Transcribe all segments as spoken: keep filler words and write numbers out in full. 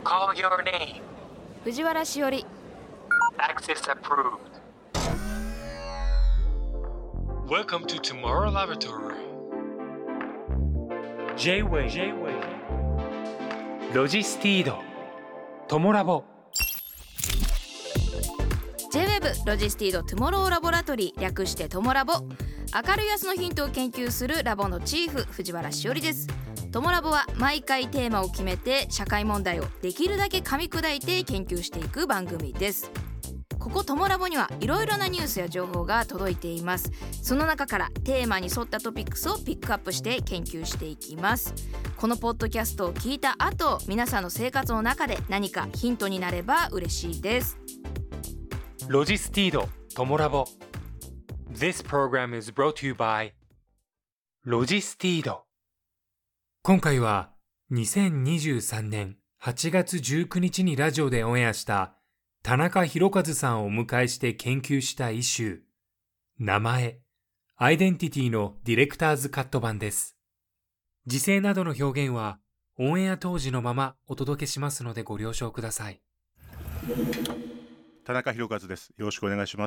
Call your name. 藤原しおり。 Access approved. Welcome to Tomorrow Laboratory. J-Way. J-Way. ロジスティード。トモラボ。 J-ウェブ ロジスティードトゥモローラボラトリー、略してトモラボ。明るい明日のヒントを研究するラボのチーフ、藤原しおりです。トモラボは毎回テーマを決めて社会問題をできるだけ噛み砕いて研究していく番組です。ここトモラボにはいろいろなニュースや情報が届いています。その中からテーマに沿ったトピックスをピックアップして研究していきます。このポッドキャストを聞いた後、皆さんの生活の中で何かヒントになれば嬉しいです。 ロジスティードトモラボ。 This program is brought to you by ロジスティード。 今回はにせんにじゅうさんねんはちがつじゅうくにちにラジオでオンエアした田中宏和さんをお迎えして研究したイシュー、名前、アイデンティティのディレクターズカット版です。時制などの表現はオンエア当時のままお届けしますのでご了承ください。 田中宏和です。よろしくお願いします。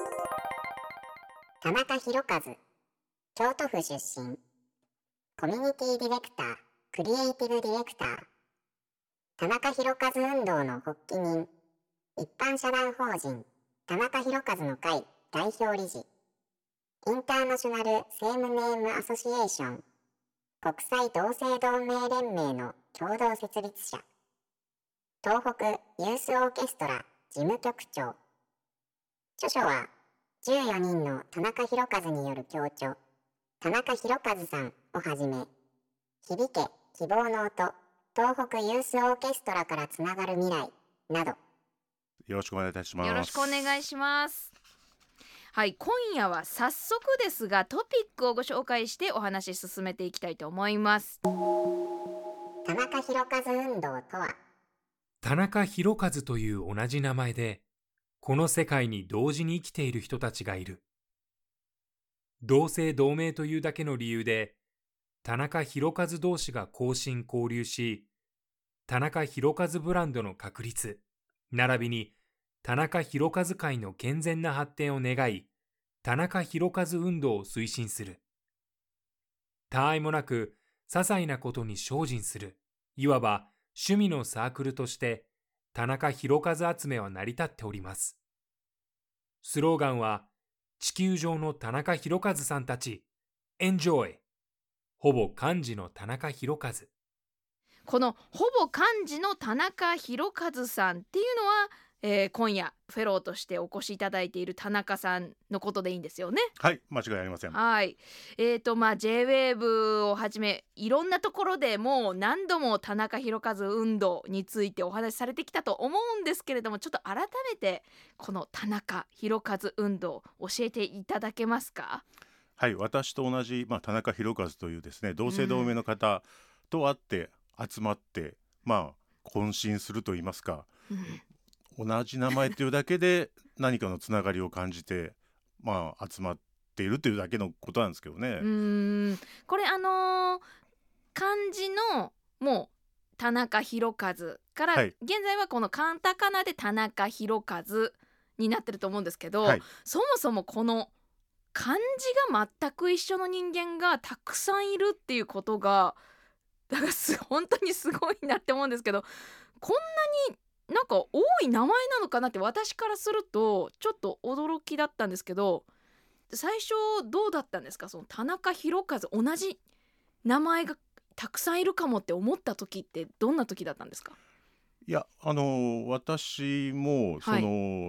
田中宏和、京都府出身、コミュニティディレクター、クリエイティブディレクター、田中宏和運動の発起人、一般社団法人田中宏和の会代表理事、インターナショナルセームネームアソシエーション、国際同姓同名連盟の共同設立者、東北ユースオーケストラ事務局長。著書はじゅうよにんの田中宏和による共著、田中宏和さんをはじめ、響け希望の音、東北ユースオーケストラからつながる未来など。 よろしくお願いいたします。 よろしくお願いします。はい、今夜は早速ですがトピックをご紹介してお話し進めていきたいと思います。 田中宏和運動とは。 田中宏和という同じ名前で、この世界に同時に生きている人たちがいる。同姓同名というだけの理由で、田中宏和同士が交信交流し、田中宏和ブランドの確立、並びに田中宏和会の健全な発展を願い、田中宏和運動を推進する。他愛もなく、些細なことに精進する。いわば趣味のサークルとして、田中宏和集めは成り立っております。スローガンは、地球上の田中宏和さんたち、エンジョイ。ほぼ漢字の田中宏和。 このほぼ漢字の田中宏和さんっていうのは、えー、今夜フェローとしてお越しいただいている田中さんのことでいいんですよね。 はい、間違いありません。 はい、えーとまあ J-ウェーブ をはじめいろんなところでもう何度も田中宏和運動についてお話しされてきたと思うんですけれども、ちょっと改めてこの田中宏和運動教えていただけますか？ はい、私と同じ、まあ、田中宏和というですね、同姓同名の方と会って集まって、うん、まあ懇親すると言いますか、うん、同じ名前というだけで何かのつながりを感じて、まあ、集まっているというだけのことなんですけどね。 うーん、これあのー、漢字のもう田中宏和から、はい、現在はこのカタカナで田中宏和になってると思うんですけど、はい、そもそもこの漢字が全く一緒の人間がたくさんいるっていうことがだから本当にすごいなって思うんですけど、こんなになんか多い名前なのかなって私からするとちょっと驚きだったんですけど、最初どうだったんですか？その田中宏和、同じ名前がたくさんいるかもって思った時ってどんな時だったんですか？ いや、あの私もその、はい、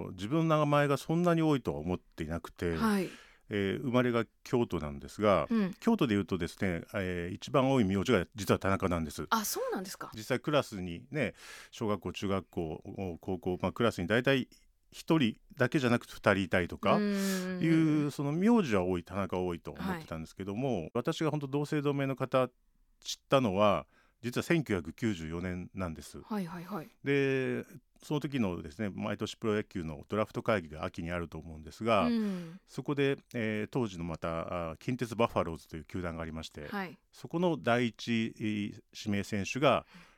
自分の名前がそんなに多いとは思っていなくて、はい、えー、生まれが京都なんですが、うん、京都でいうとですね、えー、一番多い名字が実は田中なんです。 あ、そうなんですか。 実際クラスにね、小学校中学校高校、まあ、クラスに大体ひとりだけじゃなくてふたりいたりとかいうその名字は多い、田中多いと思ってたんですけども、はい、私が本当同姓同名の方知ったのは実はせんきゅうひゃくきゅうじゅうよねんなんです。 はいはいはい、 でその時のですね、毎年プロ野球のドラフト会議が秋にあると思うんですが、うん、そこで、えー、当時のまた近鉄バファローズという球団がありまして、はい、そこの第一指名選手が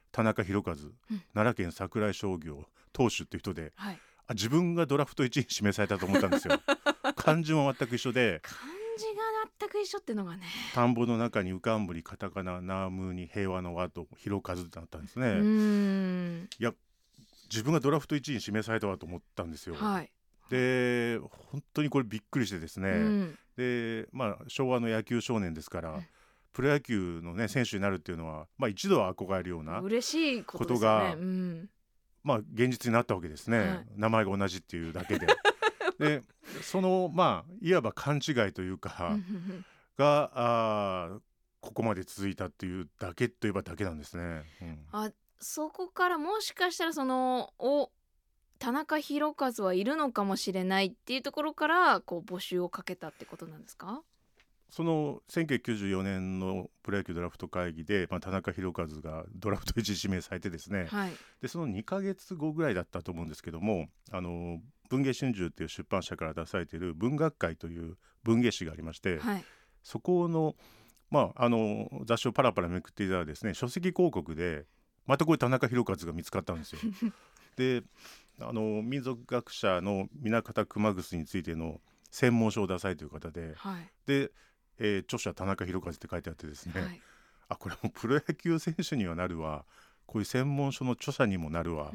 田中宏和、うん、奈良県桜井商業投手っていう人で、はい、あ自分がドラフトいちいに指名されたと思ったんですよ漢字も全く一緒で、 漢字が全く一緒ってのがね、 田んぼの中に浮かんぶりカタカナナームに平和の和と宏和ってなったんですね。うーん、いや自分がドラフトいちいに指名されたわと思ったんですよ、はい、で本当にこれびっくりしてですね、うん、で、まあ、昭和の野球少年ですから、うん、プロ野球の、ね、選手になるっていうのは、まあ、一度は憧れるような嬉しいことですが、 よね、うん、 まあ、現実になったわけですね、はい、名前が同じっていうだけででその、まあ、いわば勘違いというかがあここまで続いたっていうだけといえばだけなんですね、うん、 あそこからもしかしたらそのお田中宏和はいるのかもしれないっていうところからこう募集をかけたってことなんですか？ そのせんきゅうひゃくきゅうじゅうよねんのプロ野球ドラフト会議で、まあ、田中宏和がドラフトいちい指名されてですね、はい、でそのにかげつごぐらいだったと思うんですけども、あの文藝春秋っていう出版社から出されている文学会という文芸誌がありまして、はい、そこの、まあ、あの雑誌をパラパラめくっていたらですね、書籍広告でまたこれ田中宏和が見つかったんですよであの民族学者の南方熊楠についての専門書を出されている方で、はい、で、えー、著者田中宏和って書いてあってですね、はい、あこれもプロ野球選手にはなるわ、こういう専門書の著者にもなるわ、うん、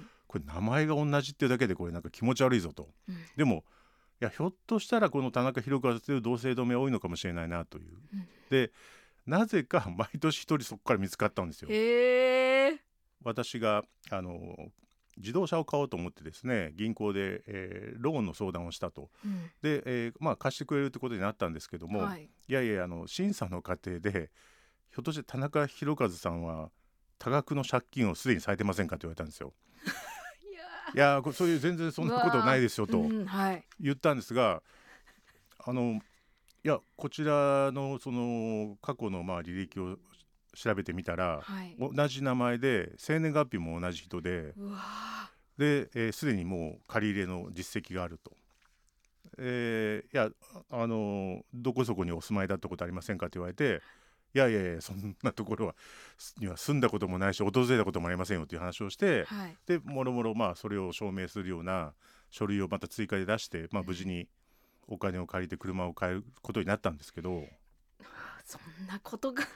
これ名前が同じっていうだけでこれなんか気持ち悪いぞと、うん、でもいやひょっとしたらこの田中宏和という同姓同名多いのかもしれないなという、うん、でなぜか毎年一人そこから見つかったんですよ。へー。私があの自動車を買おうと思ってですね、銀行で、えー、ローンの相談をしたと、うん、で、えーまあ、貸してくれるってことになったんですけども、はい、いやいやあの審査の過程でひょっとして田中宏和さんは多額の借金をすでにされてませんかって言われたんですよいやいやそういう全然そんなことないですよと言ったんですが、あのいやこちらのその過去のまあ履歴を調べてみたら、はい、同じ名前で生年月日も同じ人で、うわで、えー、すでにもう借り入れの実績があると、えー、いやあのどこそこにお住まいだったことありませんかって言われて、いやいやいやそんなところはには住んだこともないし訪れたこともありませんよっていう話をして、はい、でもろもろまあそれを証明するような書類をまた追加で出して、まあ、無事にお金を借りて車を買えることになったんですけど、 そんなことが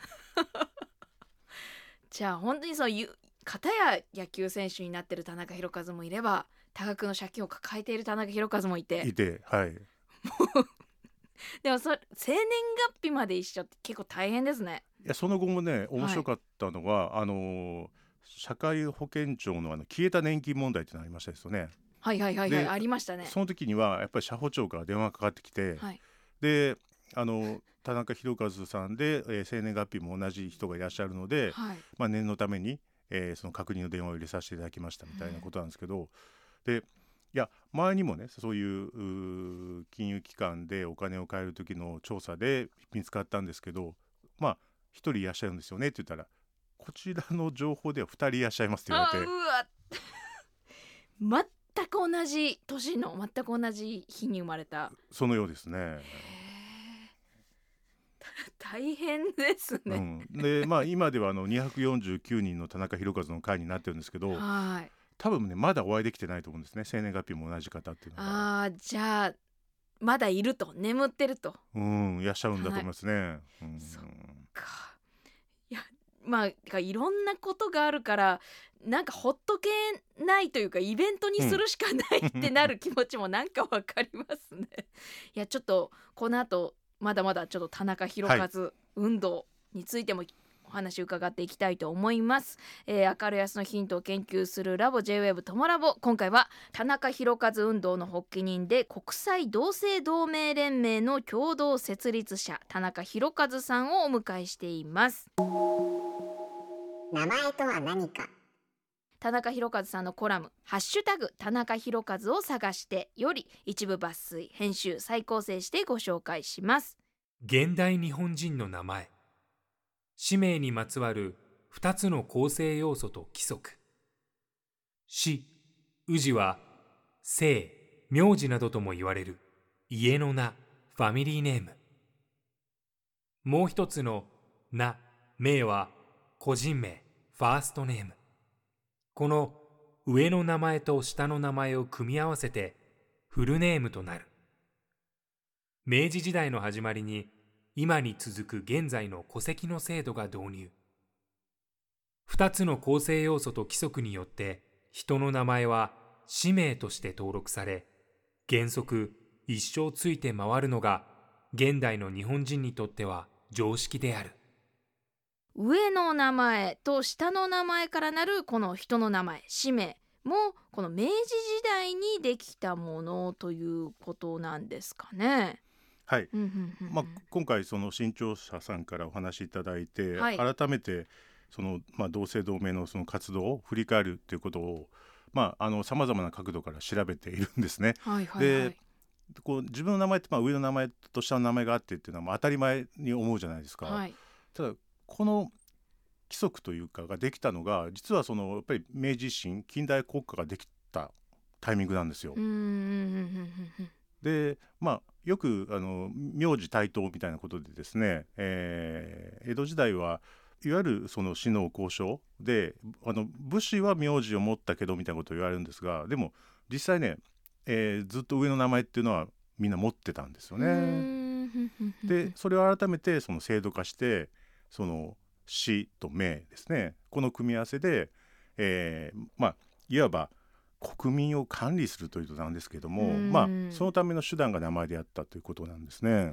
じゃあ本当にそういう片や野球選手になってる田中宏和もいれば、多額の借金を抱えている田中宏和もいていて、はいでもそれ生年月日まで一緒って結構大変ですね。 いやその後もね面白かったのは、はい、あの社会保険庁 の, あの消えた年金問題ってのありましたですよね。 はいはいはいはい、ありましたね。 その時にはやっぱり社保庁から電話がかかってきて、はい、であの田中宏和さんで、えー、生年月日も同じ人がいらっしゃるので、はい、まあ、念のために、えー、その確認の電話を入れさせていただきましたみたいなことなんですけど、うん、でいや前にもねそういう金融機関でお金を借りる時の調査で見つかったんですけど、まあひとりいらっしゃるんですよねって言ったら、こちらの情報ではふたりいらっしゃいますって言われて、 うわ全く同じ年の全く同じ日に生まれた。 そのようですね。 大変ですね、 うん、でまあ今ではあのにひゃくよんじゅうきゅうにんの田中宏和の会になってるんですけど、はい多分ねまだお会いできてないと思うんですね、生年月日も同じ方っていうのは。 あじゃあまだいると、眠ってると、 うんいらっしゃるんだと思いますね、はい、うん、 そっか。いやまあいろんなことがあるからなんかほっとけないというか、イベントにするしかないってなる気持ちもなんかわかりますね、うん、いやちょっとこの後まだまだちょっと田中宏和運動についてもお話伺っていきたいと思います、えー、明るやすのヒントを研究するラボ J-ウェーブ トモラボ、今回は田中宏和運動の発起人で国際同姓同名連盟の共同設立者田中宏和さんをお迎えしています。 名前とは何か。 田中宏和さんのコラムハッシュタグ田中宏和を探してより一部抜粋編集再構成してご紹介します。 現代日本人の名前、氏名にまつわるふたつの構成要素と規則。氏、氏は姓、名字などとも言われる家の名、ファミリーネーム。もう一つの名、名は個人名、 ファーストネーム。この上の名前と下の名前を組み合わせてフルネームとなる。明治時代の始まりに今に続く現在の戸籍の制度が導入。二つの構成要素と規則によって人の名前は氏名として登録され、原則一生ついて回るのが現代の日本人にとっては常識である。 上の名前と下の名前からなるこの人の名前、氏名もこの明治時代にできたものということなんですかね。 はい、まあ、今回その新潮社さんからお話しいただいて、はい、改めてその、まあ、同姓同名のその活動を振り返るということをさまざまな角度から調べているんですね。 はいはいはい、 でこう自分の名前ってまあ上の名前と下の名前があってっていうのはまあ当たり前に思うじゃないですか。 はい、 ただこの規則というかができたのが実はそのやっぱり明治維新近代国家ができたタイミングなんですよ。 うんうんうんうん、 でまあよくあの名字対等みたいなことでですね、えー、江戸時代はいわゆるその士農工商であの武士は名字を持ったけどみたいなことを言われるんですが、でも実際ね、えー、ずっと上の名前っていうのはみんな持ってたんですよね。でそれを改めてその制度化してその氏と名ですね、この組み合わせで、えー、まあいわば国民を管理するというとなんですけども、まあそのための手段が名前であったということなんですね。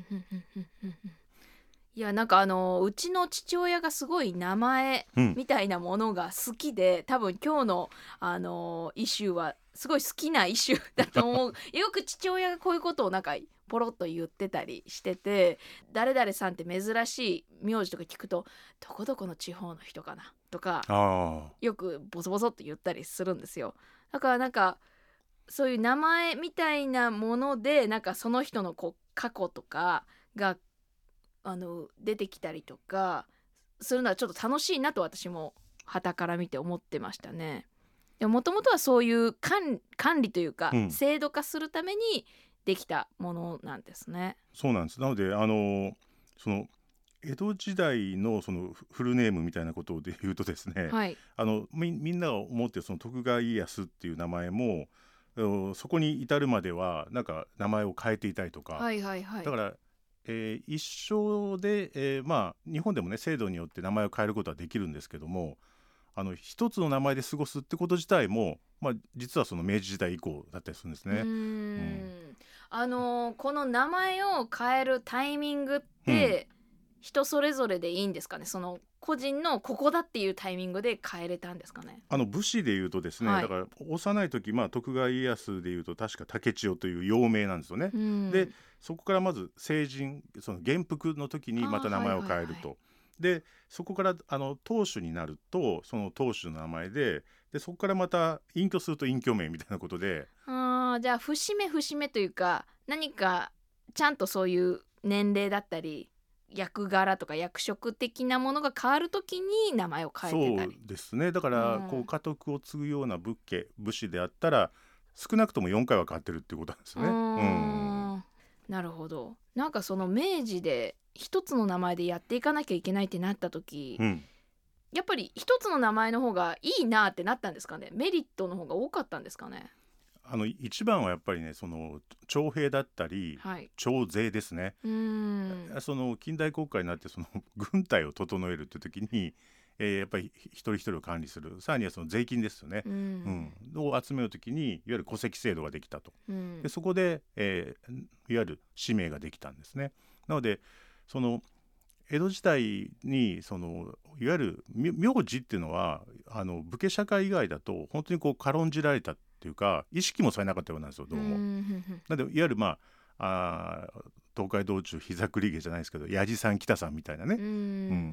いやなんかあのうちの父親がすごい名前みたいなものが好きで、うん、多分今日のあのイシューはすごい好きなイシューだと思うよく父親がこういうことをなんかポロッと言ってたりしてて、誰々さんって珍しい名字とか聞くとどこどこの地方の人かなとかよくボソボソっと言ったりするんですよ。だからなんかそういう名前みたいなものでなんかその人のこう過去とかがあの出てきたりとかするのはちょっと楽しいなと私も傍から見て思ってましたね。もともとはそういう管、管理というか、うん、制度化するためにできたものなんですね。 そうなんです。なのであのその江戸時代のそのフルネームみたいなことで言うとですね、はい、あの み, みんなが思っているその徳川家康っていう名前もそこに至るまではなんか名前を変えていたりとか、 はいはいはい、 だから、えー、一生で、えーまあ、日本でもね制度によって名前を変えることはできるんですけども、あの一つの名前で過ごすってこと自体も、まあ、実はその明治時代以降だったりするんですね。 うーん、うん、あのー、この名前を変えるタイミングって、うん人それぞれでいいんですかね。その個人のここだっていうタイミングで変えれたんですかね。 あの武士でいうとですね、はい、だから幼い時、まあ、徳川家康でいうと確か竹千代という幼名なんですよね、うん、でそこからまず成人その元服の時にまた名前を変えると、はいはいはい、でそこからあの当主になるとその当主の名前で、でそこからまた隠居すると隠居名みたいなことで、 あじゃあ節目節目というか何かちゃんとそういう年齢だったり役柄とか役職的なものが変わるときに名前を変えてたり。 そうですね。だから、うん、こう家督を継ぐような武家武士であったら少なくともよんかいは変わってるっていうことなんですよね。うん、 なるほど。なんかその明治で一つの名前でやっていかなきゃいけないってなった時、うん、やっぱり一つの名前の方がいいなってなったんですかね。メリットの方が多かったんですかね。 あの一番はやっぱりねその徴兵だったり、はい、徴税ですね。うーんその近代国家になってその軍隊を整えるって時に、えー、やっぱり一人一人を管理する、さらにはその税金ですよね、うんうん、を集める時にいわゆる戸籍制度ができたと、うん、でそこで、えー、いわゆる氏名ができたんですね。なのでその江戸時代にそのいわゆる名字っていうのはあの武家社会以外だと本当にこう軽んじられたっていうか意識もされなかったようなんですよどうも。なのでいわゆるまあ、あ東海道中膝栗毛じゃないですけど矢地さん北さんみたいなね、うん、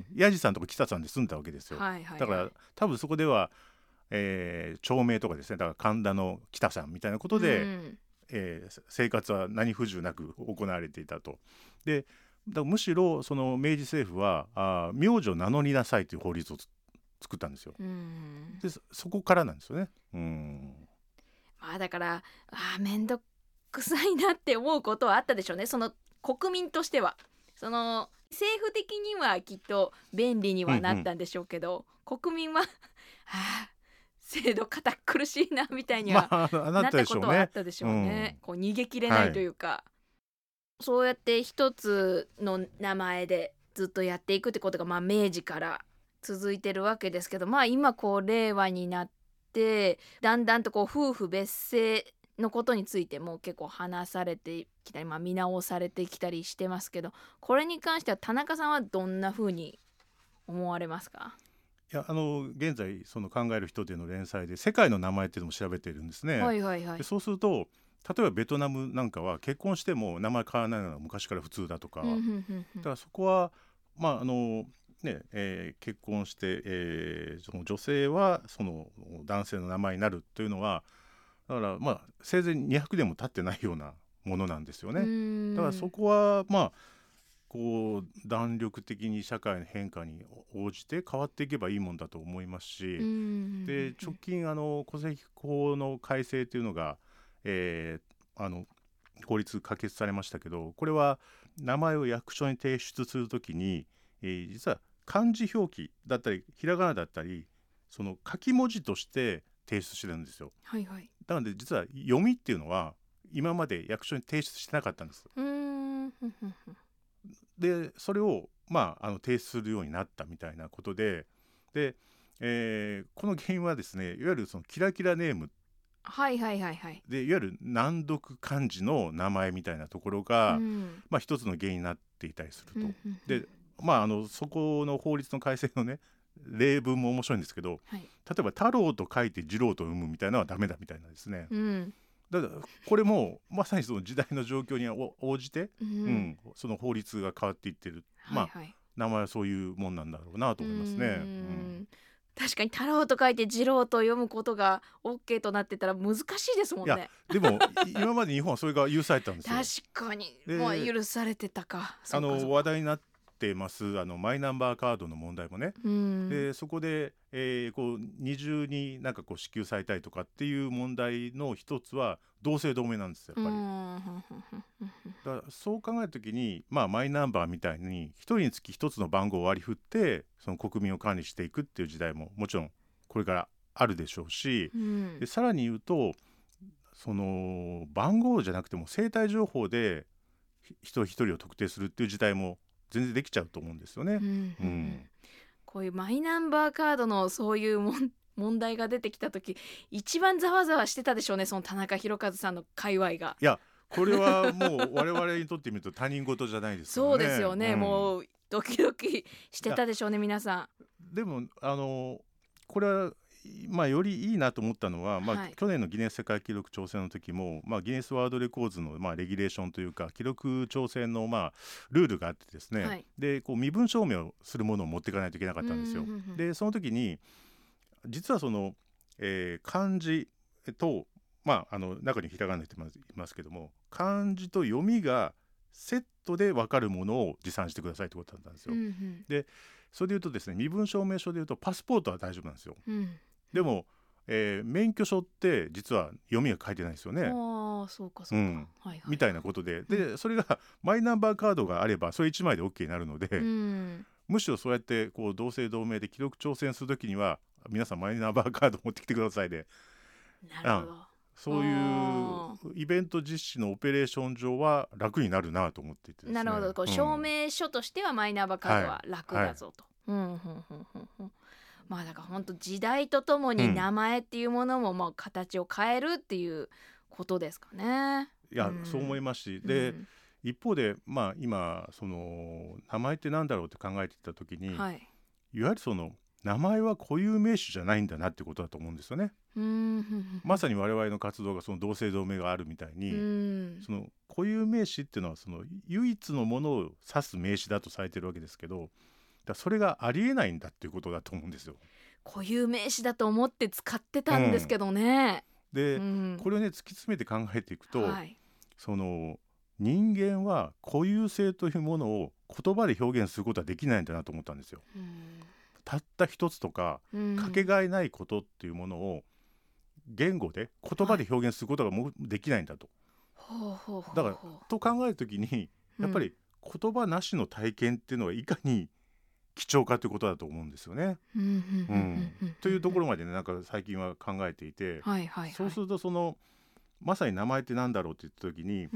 矢地さんとか北さんで住んだわけですよ、はいはいはい、だから多分そこでは、えー、町名とかですね、だから神田の北さんみたいなことで、うんえー、生活は何不自由なく行われていたと。でだからむしろその明治政府はあ名字を名乗りなさいという法律を作ったんですよ。うんで そ, そこからなんですよね。うんまあ、だからあめんどくさいなって思うことはあったでしょうね。その国民としてはその政府的にはきっと便利にはなったんでしょうけど、うんうん、 国民ははあ制度堅苦しいなみたいには、 まあ、ななったことはあったでしょうね。 ったでしょうね、うん、こう逃げ切れないというか、はい、そうやって一つの名前でずっとやっていくってことが、まあ、明治から続いてるわけですけど、まあ今こう令和になってだんだんとこう夫婦別姓のことについても結構話されてきたり、まあ、見直されてきたりしてますけど、これに関しては田中さんはどんな風に思われますか？ いやあの現在その考える人での連載で世界の名前っていうのも調べてるんですね、 はいはいはい、 でそうすると例えばベトナムなんかは結婚しても名前変わらないのが昔から普通だとか、だからそこはまああのねえー、結婚して、えー、その女性はその男性の名前になるというのはだからまあ生前にひゃくねんも経ってないようなものなんですよね。だからそこはまあこう弾力的に社会の変化に応じて変わっていけばいいもんだと思いますし、で直近あの戸籍法の改正というのが、えー、あの法律可決されましたけど、これは名前を役所に提出するときに、えー、実は漢字表記だったりひらがなだったりその書き文字として提出してるんですよ。 はいはい、 なので実は読みっていうのは今まで役所に提出してなかったんです。 うーんでそれを、まあ、あの提出するようになったみたいなことで、で、えー、この原因はですねいわゆるそのキラキラネームはいはいはいはい、 でいわゆる難読漢字の名前みたいなところが、 うんまあ、一つの原因になっていたりすると、 うんうん、 でまああのそこの法律の改正のね例文も面白いんですけど、 はい、 例えば太郎と書いて次郎と読むみたいなのはダメだみたいなんですね、 うん、 だからこれもまさにその時代の状況に応じて、 うんうん、その法律が変わっていってる、まあ、 はいはい、 名前はそういうもんなんだろうなと思いますね。 うん、確かに太郎と書いて次郎と読むことが OK となってたら難しいですもんね。 いやでも今まで日本はそれが許されたんですよ。 確かにもう許されてたか。 あの話題になってますあのマイナンバーカードの問題もね、 うん、 でそこで、えー、こう二重になんかこう支給されたりとかっていう問題の一つは同姓同名なんですよやっぱり。だからそう考えるときに、まあ、マイナンバーみたいに一人につき一つの番号を割り振ってその国民を管理していくっていう時代ももちろんこれからあるでしょうし、 うん、 でさらに言うとその番号じゃなくても生体情報で人一人を特定するっていう時代も全然できちゃうと思うんですよね。 うんうんうん、 こういうマイナンバーカードのそういうもん問題が出てきた時一番ざわざわしてたでしょうね、その田中宏和さんの界隈が。 いやこれはもう我々にとってみると他人事じゃないですよね。 そうですよね、 うん、 もうドキドキしてたでしょうね皆さん。でもあのこれはまあ、よりいいなと思ったのは、まあ、 はい、 去年のギネス世界記録挑戦の時も、まあ、ギネスワールドレコーズの、まあ、レギュレーションというか記録挑戦の、まあ、ルールがあってですね、 はい、 でこう身分証明をするものを持っていかないといけなかったんですよ。でその時に実はその、えー、漢字と、まあ、あの中にひらがなっていますけども漢字と読みがセットで分かるものを持参してくださいということだったんですよ。 うんうん、 でそれでいうとですね身分証明書でいうとパスポートは大丈夫なんですよ。 うん、 でも、えー、免許証って実は読みが書いてないですよね。 ああそうかそうか、 うんはいはい、 みたいなことで、でそれがマイナンバーカードがあればそれいちまいで OK になるので、 うん、 むしろそうやってこう同姓同名で記録挑戦するときには皆さんマイナンバーカード持ってきてくださいで、 なるほど、 そういうイベント実施のオペレーション上は楽になるなと思っていてですね。 なるほど、こう、 うん、 証明書としてはマイナンバーカードは楽だぞと、はいはい、うんうんうんうん、まあだから本当時代とともに名前っていうものもまあ形を変えるっていうことですかね。 いや、 うん、 そう思いますし、で、 うん、 一方で、まあ、今その名前ってなんだろうって考えていた時に、 はい、 いわゆるその名前は固有名詞じゃないんだなってことだと思うんですよね。 うんまさに我々の活動がその同姓同名があるみたいに、 うん、 その固有名詞っていうのはその唯一のものを指す名詞だとされてるわけですけど、だそれがありえないんだっていうことだと思うんですよ。 固有名詞だと思って使ってたんですけどね。 うん、で、 うん、 これをね突き詰めて考えていくと、 はい、 その人間は固有性というものを言葉で表現することはできないんだなと思ったんですよ。 うん、 たった一つとか、うん、かけがえないことっていうものを言語で言葉で表現することがもうできないんだと、はい、だからと考えるときにやっぱり言葉なしの体験っていうのがいかに貴重かということだと思うんですよね。 うんうんというところまでねなんか最近は考えていて、 はいはいはい、 そうするとそのまさに名前ってなんだろうって言った時に、 うん、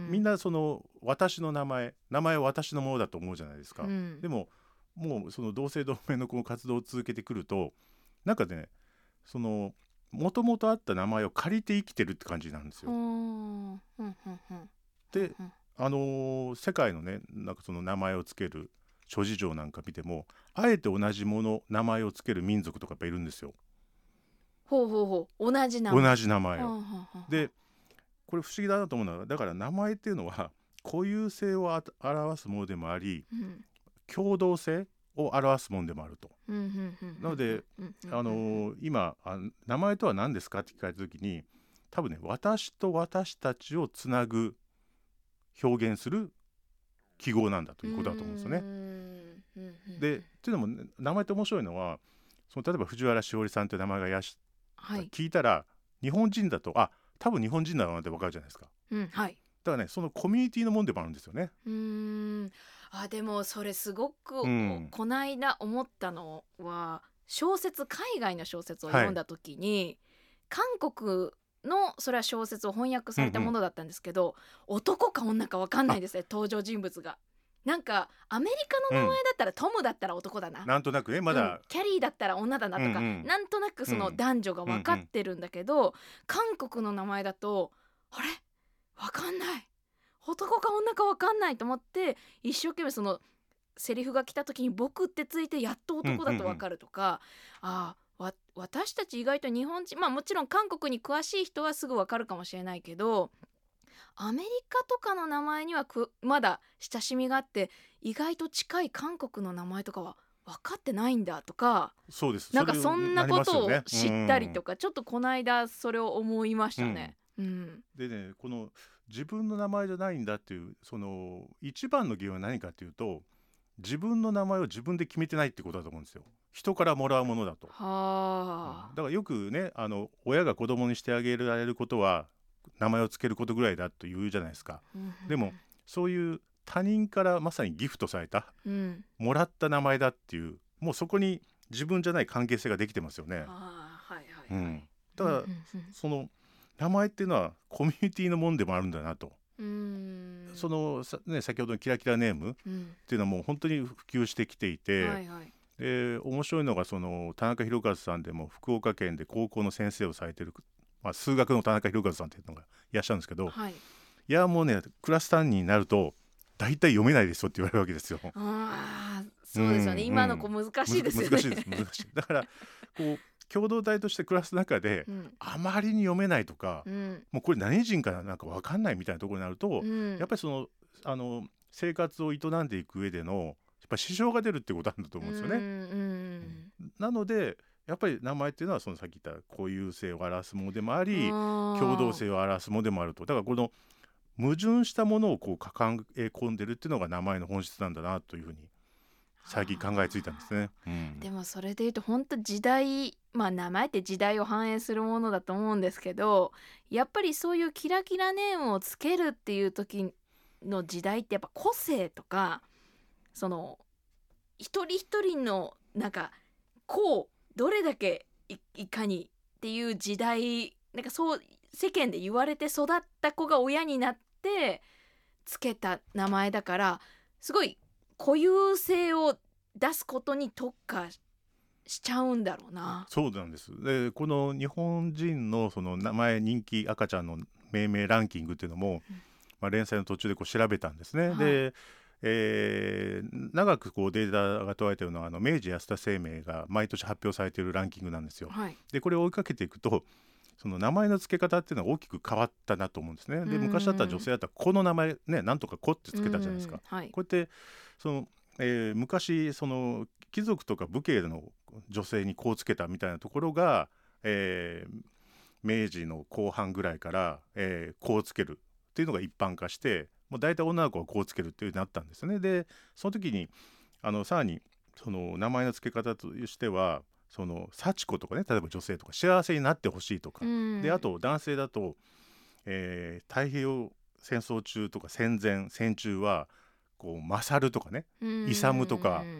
みんなその私の名前名前は私のものだと思うじゃないですか、 うん、 でももうその同姓同名のこの活動を続けてくるとなんかねそのもともとあった名前を借りて生きてるって感じなんですよ。 うんうんうんで、あのー世界のねなんかその名前をつける諸事情なんか見てもあえて同じもの名前をつける民族とかやっぱいるんですよ。 ほうほうほう同じ名前同じ名前を。 はあはあはあ、 でこれ不思議だなと思うのはだから名前っていうのは固有性をあ表すものでもあり、 うん、 共同性を表すものでもあると。 うんうんうんうん、 なので、 うんうん、 あのー今あ名前とは何ですかって聞かれた時に多分ね私と私たちをつなぐ表現する記号なんだということだと思うんですよね。 うんうんうん、 でっていうのも、ね、名前って面白いのはその例えば藤原しおりさんという名前がやし、 はい、 聞いたら日本人だとあ多分日本人だろうなって分かるじゃないですか。 うんはい、 だからねそのコミュニティのもんでもあるんですよね。 うーんあでもそれすごく、 うん、 こないだ思ったのは小説海外の小説を読んだ時に、はい、韓国のそれは小説を翻訳されたものだったんですけど、うんうん、男か女か分かんないですね登場人物が。なんかアメリカの名前だったら、うん、トムだったら男だななんとなくねまだ、 うん、キャリーだったら女だなとか、うんうん、なんとなくその男女が分かってるんだけど、うんうん、韓国の名前だとあれ分かんない男か女か分かんないと思って一生懸命そのセリフが来た時に僕ってついてやっと男だと分かるとか、うんうんうん、あわ私たち意外と日本人まあもちろん韓国に詳しい人はすぐ分かるかもしれないけどアメリカとかの名前にはくまだ親しみがあって意外と近い韓国の名前とかは分かってないんだとかそうですなんかそんなことを知ったりとか、ね、ちょっとこの間それを思いましたね、うんうん、 でねこの自分の名前じゃないんだっていうその一番の原因は何かっていうと自分の名前を自分で決めてないってことだと思うんですよ。人からもらうものだと。 は、 うん、だからよくねあの親が子供にしてあげられることは名前をつけることぐらいだと言うじゃないですか、うん、でもそういう他人からまさにギフトされた、うん、もらった名前だっていうもうそこに自分じゃない関係性ができてますよね。 あ、はいはいはい、 うん、だから、うんうんうん、その名前っていうのはコミュニティのもんでもあるんだなと。うーんその、ね、先ほどのキラキラネームっていうのはもう本当に普及してきていて、うんはいはい、で面白いのがその田中宏和さんでも福岡県で高校の先生をされてる、まあ、数学の田中宏和さんっていうのがいらっしゃるんですけど、はい、いやもうねクラス担任になると大体読めないですよって言われるわけですよ。 あそうですよね、うん、今の子難しいですよね。 難しいです難しいだからこう共同体として暮らす中で、うん、あまりに読めないとか、うん、もうこれ何人かなんか分かんないみたいなところになると、うん、やっぱりその、あの生活を営んでいく上でのやっぱり支障が出るってことなんだと思うんですよね、うんうん、なのでやっぱり名前っていうのはそのさっき言った固有性を表すものでもあり共同性を表すものでもあると。だからこの矛盾したものをこう抱え込んでるっていうのが名前の本質なんだなというふうに最近考えついたんですね、うん、 でもそれでいうと本当時代まあ名前って時代を反映するものだと思うんですけどやっぱりそういうキラキラネームをつけるっていう時の時代ってやっぱ個性とかその一人一人のなんかこうどれだけ い, いかにっていう時代なんかそう世間で言われて育った子が親になってつけた名前だからすごい固有性を出すことに特化しちゃうんだろうな。 そうなんです。でこの日本人のその名前人気赤ちゃんの命名ランキングっていうのも、うんまあ、連載の途中でこう調べたんですね、はい、で、えー、長くこうデータが取られているのはあの明治安田生命が毎年発表されているランキングなんですよ、はい、でこれを追いかけていくとその名前の付け方っていうのは大きく変わったなと思うんですね。で昔だったら女性だったらこの名前ねなんとかこってつけたじゃないですか、はい、こうやってその、えー、昔その貴族とか武家の女性にこうつけたみたいなところが、えー、明治の後半ぐらいから、えー、こうつけるっていうのが一般化してもう大体女の子はこうつけるっていうようになったんですね。でその時にあのさらにその名前の付け方としてはその幸子とかね例えば女性とか幸せになってほしいとか、うん、であと男性だと、えー、太平洋戦争中とか戦前戦中はこう勝るとかね、うん、勇とか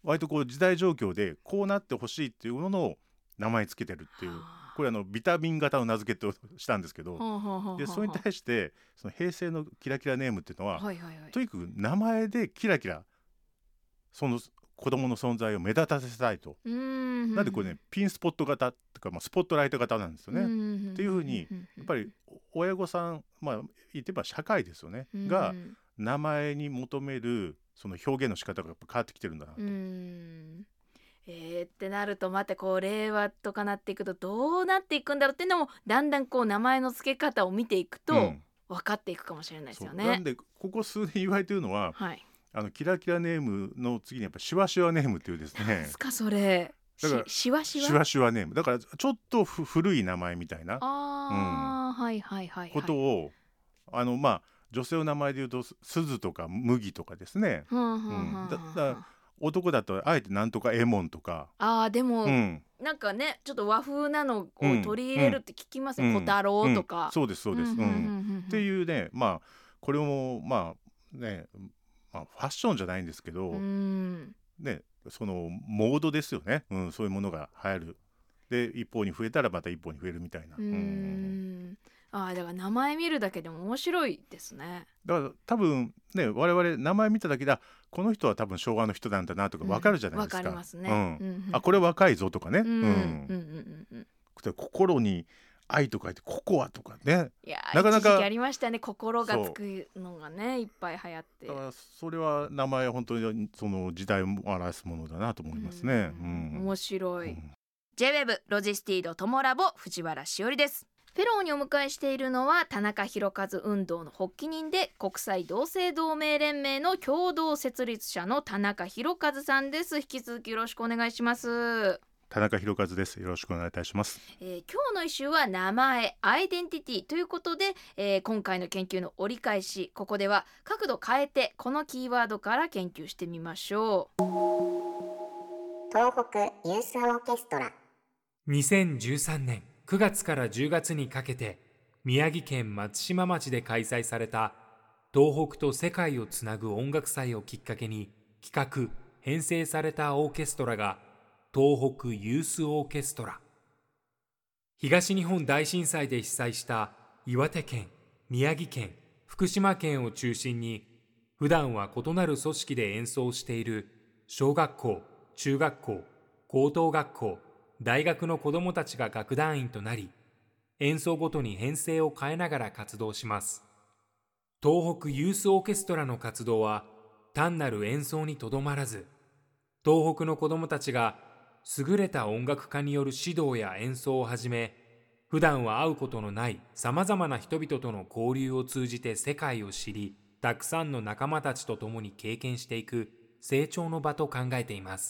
割とこう時代状況でこうなってほしいっていうものを名前つけてるっていう、これあのビタミン型の名付けとしたんですけど、でそれに対してその平成のキラキラネームっていうのは、 はいはいはい、 とにかく名前でキラキラその子供の存在を目立たせたいと。なんでこれねピンスポット型とか、まあ、スポットライト型なんですよね。っていうふうにやっぱり親御さん、まあ言ってば社会ですよね、が名前に求めるその表現の仕方がやっぱ変わってきてるんだなと。 うんえー、ってなるとまたこう令和とかなっていくとどうなっていくんだろうっていうのもだんだんこう名前の付け方を見ていくと分かっていくかもしれないですよね。 うん、なんでここ数年言われてるのは、はい、あのキラキラネームの次にやっぱシワシワネームっていうですね。 何ですかそれ。だからシワシワシワシワネームだからちょっと古い名前みたいな、 あ、うん、はいはいはいはい、 ことをあのまあ女性の名前で言うと鈴とか麦とかですね。男だとあえてなんとかエモンとか。 あーでも、うん、なんかねちょっと和風なのを取り入れるって聞きますね、うん、小太郎とか、 うん、そうですそうです、うんうん、っていうね、まあこれもまあね、まあ、ファッションじゃないんですけど、うん、ねそのモードですよね、うん、そういうものが流行る。で一方に増えたらまた一方に増えるみたいな。 うーん、あ、だから名前見るだけでも面白いですね。 だから多分ね我々名前見ただけでこの人は多分昭和の人なんだなとか分かるじゃないですか。 分かりますね、 うんうんうん、あこれ若いぞとかね、うんうんうんうん、心に愛と書いてココアとかね。 いやなかなか一時期ありましたね、心がつくのがねいっぱい流行って。 だからそれは名前は本当にその時代を表すものだなと思いますね。うんうん、 面白い、うん、ジェイウェブ ロジスティードトモラボ藤原しおりです。フェローにお迎えしているのは田中宏和運動の発起人で国際同姓同名連盟の共同設立者の田中宏和さんです。引き続きよろしくお願いします。 田中宏和です。よろしくお願いいたします。 えー、今日の一週は名前アイデンティティということで、えー、今回の研究の折り返し、ここでは角度変えてこのキーワードから研究してみましょう。 東北ユースオーケストラ。 にせんじゅうさんねんくがつからじゅうがつにかけて宮城県松島町で開催された東北と世界をつなぐ音楽祭をきっかけに企画編成されたオーケストラが東北ユースオーケストラ。東日本大震災で被災した岩手県、宮城県、福島県を中心に普段は異なる組織で演奏している小学校、中学校、高等学校、大学の子どもたちが楽団員となり、演奏ごとに編成を変えながら活動します。東北ユースオーケストラの活動は単なる演奏にとどまらず、東北の子どもたちが優れた音楽家による指導や演奏をはじめ、普段は会うことのないさまざまな人々との交流を通じて世界を知り、たくさんの仲間たちと共に経験していく成長の場と考えています。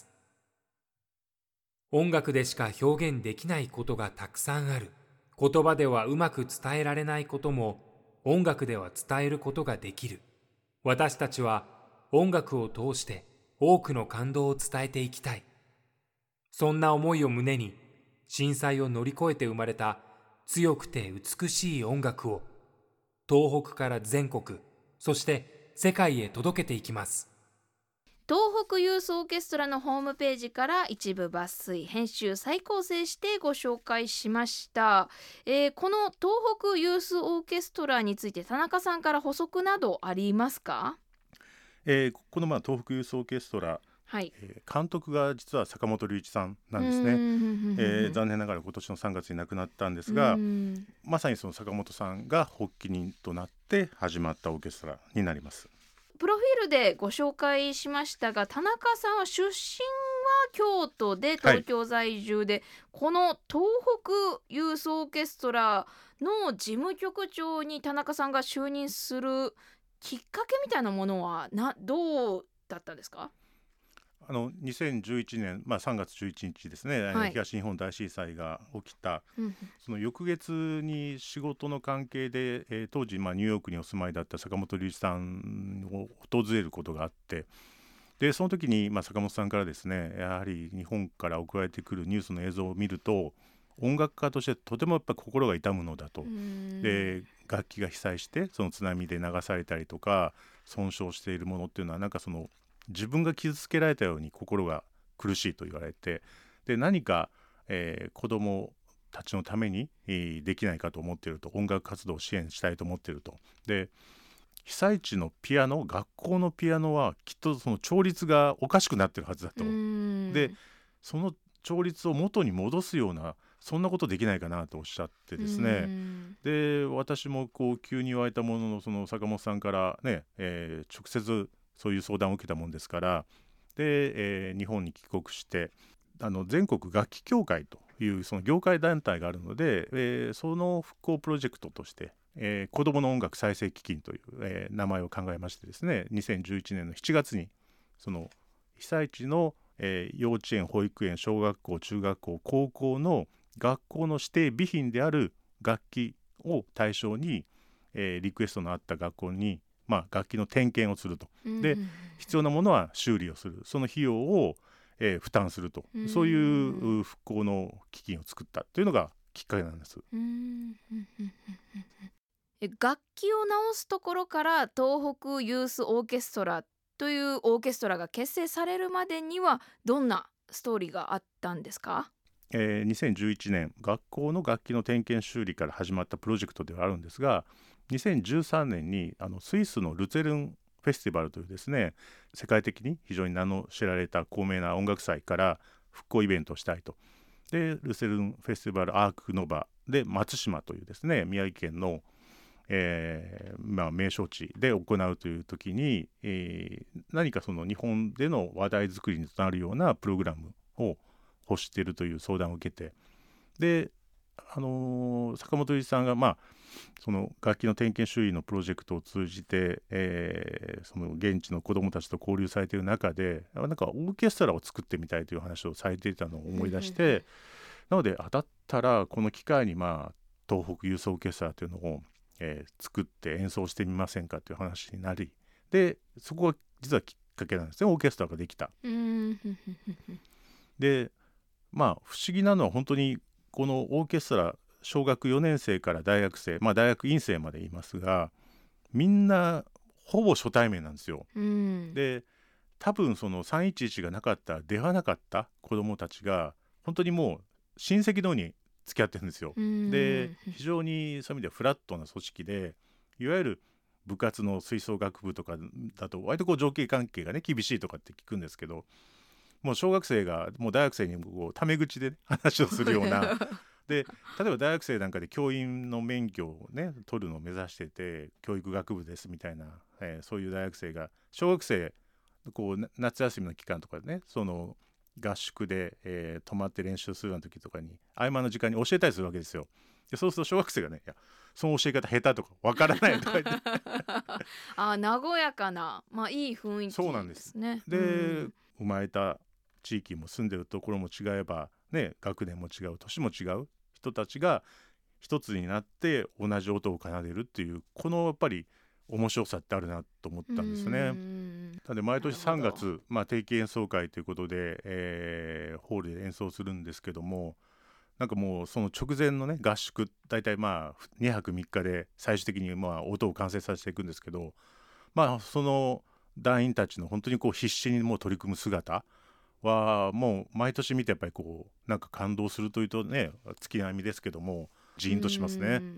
音楽でしか表現できないことがたくさんある。言葉ではうまく伝えられないことも音楽では伝えることができる。私たちは音楽を通して多くの感動を伝えていきたい。そんな思いを胸に震災を乗り越えて生まれた強くて美しい音楽を東北から全国、そして世界へ届けていきます。 東北ユースオーケストラのホームページから一部抜粋編集再構成してご紹介しました。えー、この東北ユースオーケストラについて田中さんから補足などありますか？ えー、このまあ東北ユースオーケストラ、はいえー、監督が実は坂本龍一さんなんですね。えー、残念ながら今年のさんがつに亡くなったんですが、まさにその坂本さんが発起人となって始まったオーケストラになります。 プロフィールでご紹介しましたが、田中さんは出身は京都で東京在住で、はい、この東北ユースオーケストラの事務局長に田中さんが就任するきっかけみたいなものはなどうだったんですか？ あのにせんじゅういちねん、まあ、さんがつじゅういちにちですね、はい、東日本大震災が起きた、うん、その翌月に仕事の関係で、えー、当時、まあ、ニューヨークにお住まいだった坂本龍一さんを訪れることがあって、でその時に、まあ、坂本さんからですね、やはり日本から送られてくるニュースの映像を見ると音楽家としてとてもやっぱり心が痛むのだと。で楽器が被災してその津波で流されたりとか損傷しているものっていうのはなんかその自分が傷つけられたように心が苦しいと言われて、で何か、えー、子どもたちのために、えー、できないかと思っていると、音楽活動を支援したいと思っていると。で被災地のピアノ、学校のピアノはきっとその調律がおかしくなってるはずだと。でその調律を元に戻すようなそんなことできないかなとおっしゃってですね、で私もこう急に言われたものの、その坂本さんからね、えー、直接そういう相談を受けたもんですから、で、えー、日本に帰国してあの全国楽器協会というその業界団体があるので、えー、その復興プロジェクトとして、えー、子どもの音楽再生基金という、えー、名前を考えましてですね、にせんじゅういちねんのしちがつにその被災地の、えー、幼稚園、保育園、小学校、中学校、高校の学校の指定備品である楽器を対象に、えー、リクエストのあった学校に、まあ、楽器の点検をすると。で必要なものは修理をする、その費用を、えー、負担すると、そういう復興の基金を作ったというのがきっかけなんです。 え楽器を直すところから東北ユースオーケストラというオーケストラが結成されるまでにはどんなストーリーがあったんですか？ えー、にせんじゅういちねん学校の楽器の点検修理から始まったプロジェクトではあるんですが、にせんじゅうさんねんにあのスイスのルツェルンフェスティバルというですね、世界的に非常に名の知られた高名な音楽祭から復興イベントをしたいと。でルツェルンフェスティバルアークノバで松島というですね、宮城県の、えーまあ、名勝地で行うという時に、えー、何かその日本での話題作りになるようなプログラムを欲しているという相談を受けて、で、あのー、坂本龍一さんが、まあ、その楽器の点検修理のプロジェクトを通じて、えー、その現地の子どもたちと交流されている中で、なんかオーケストラを作ってみたいという話をされていたのを思い出して、なので当たったらこの機会に、まあ、東北ユースオーケストラというのを、えー、作って演奏してみませんかという話になり、でそこが実はきっかけなんですね、オーケストラができた。でまあ不思議なのは本当にこのオーケストラ、小学よねん生から大学生、まあ大学院生までいますが、みんなほぼ初対面なんですよ。で多分そのさんいちいちがなかったら出会わなかった子どもたちが本当にもう親戚のように付き合ってるんですよ。で非常にそういう意味ではフラットな組織で、いわゆる部活の吹奏楽部とかだと割とこう上下関係がね厳しいとかって聞くんですけど、もう小学生がもう大学生にこうタメ口で、ね、話をするようなで例えば大学生なんかで教員の免許をね取るのを目指してて、教育学部ですみたいな、えー、そういう大学生が小学生こう夏休みの期間とかでね、その合宿で、えー、泊まって練習するような時とかに合間の時間に教えたりするわけですよ。でそうすると小学生がね、いやその教え方下手とかわからないとか言ってあ和やかな、まあ、いい雰囲気ですね。 そうなんです。で、うん、生まれた地域も住んでるところも違えば、ね、学年も違う、年も違う人たちが一つになって同じ音を奏でるっていう、このやっぱり面白さってあるなと思ったんですね。なので毎年さんがつ、まあ、定期演奏会ということで、えー、ホールで演奏するんですけども、なんかもうその直前のね合宿、だいたいまあにはくみっかで最終的にまあ音を完成させていくんですけど、まあその団員たちの本当にこう必死にもう取り組む姿はもう毎年見てやっぱりこうなんか感動するというとね月並みですけども、ジーンとしますね。うん。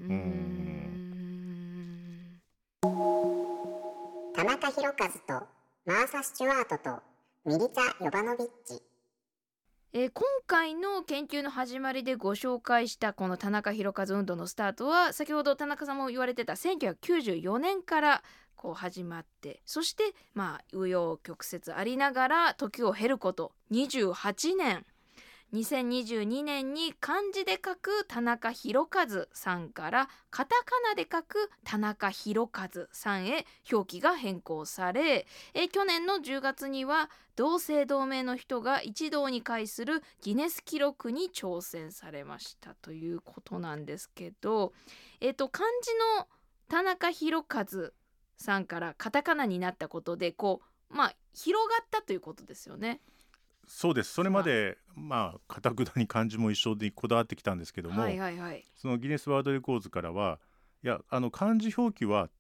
田中宏和とマーサ・スチュワートとミリツァ・ヨバノビッチ。 えー、今回の研究の始まりでご紹介したこの田中宏和運動のスタートは、先ほど田中さんも言われてたせんきゅうひゃくきゅうじゅうよねんからこう始まって、そしてまあ紆余曲折ありながら時を経ることにじゅうはちねん、にせんにじゅうにねんに漢字で書く田中宏和さんからカタカナで書く田中宏和さんへ表記が変更され、え去年のじゅうがつには同姓同名の人が一堂に会するギネス記録に挑戦されましたということなんですけど、えっと漢字の田中宏和さんからカタカナになったことでこうまあ広がったということですよね。 そうです。それまでまあ堅くなに漢字も一緒でこだわってきたんですけども、 はいはいはい、 そのギネスワールドレコーズからはいやあの漢字表記は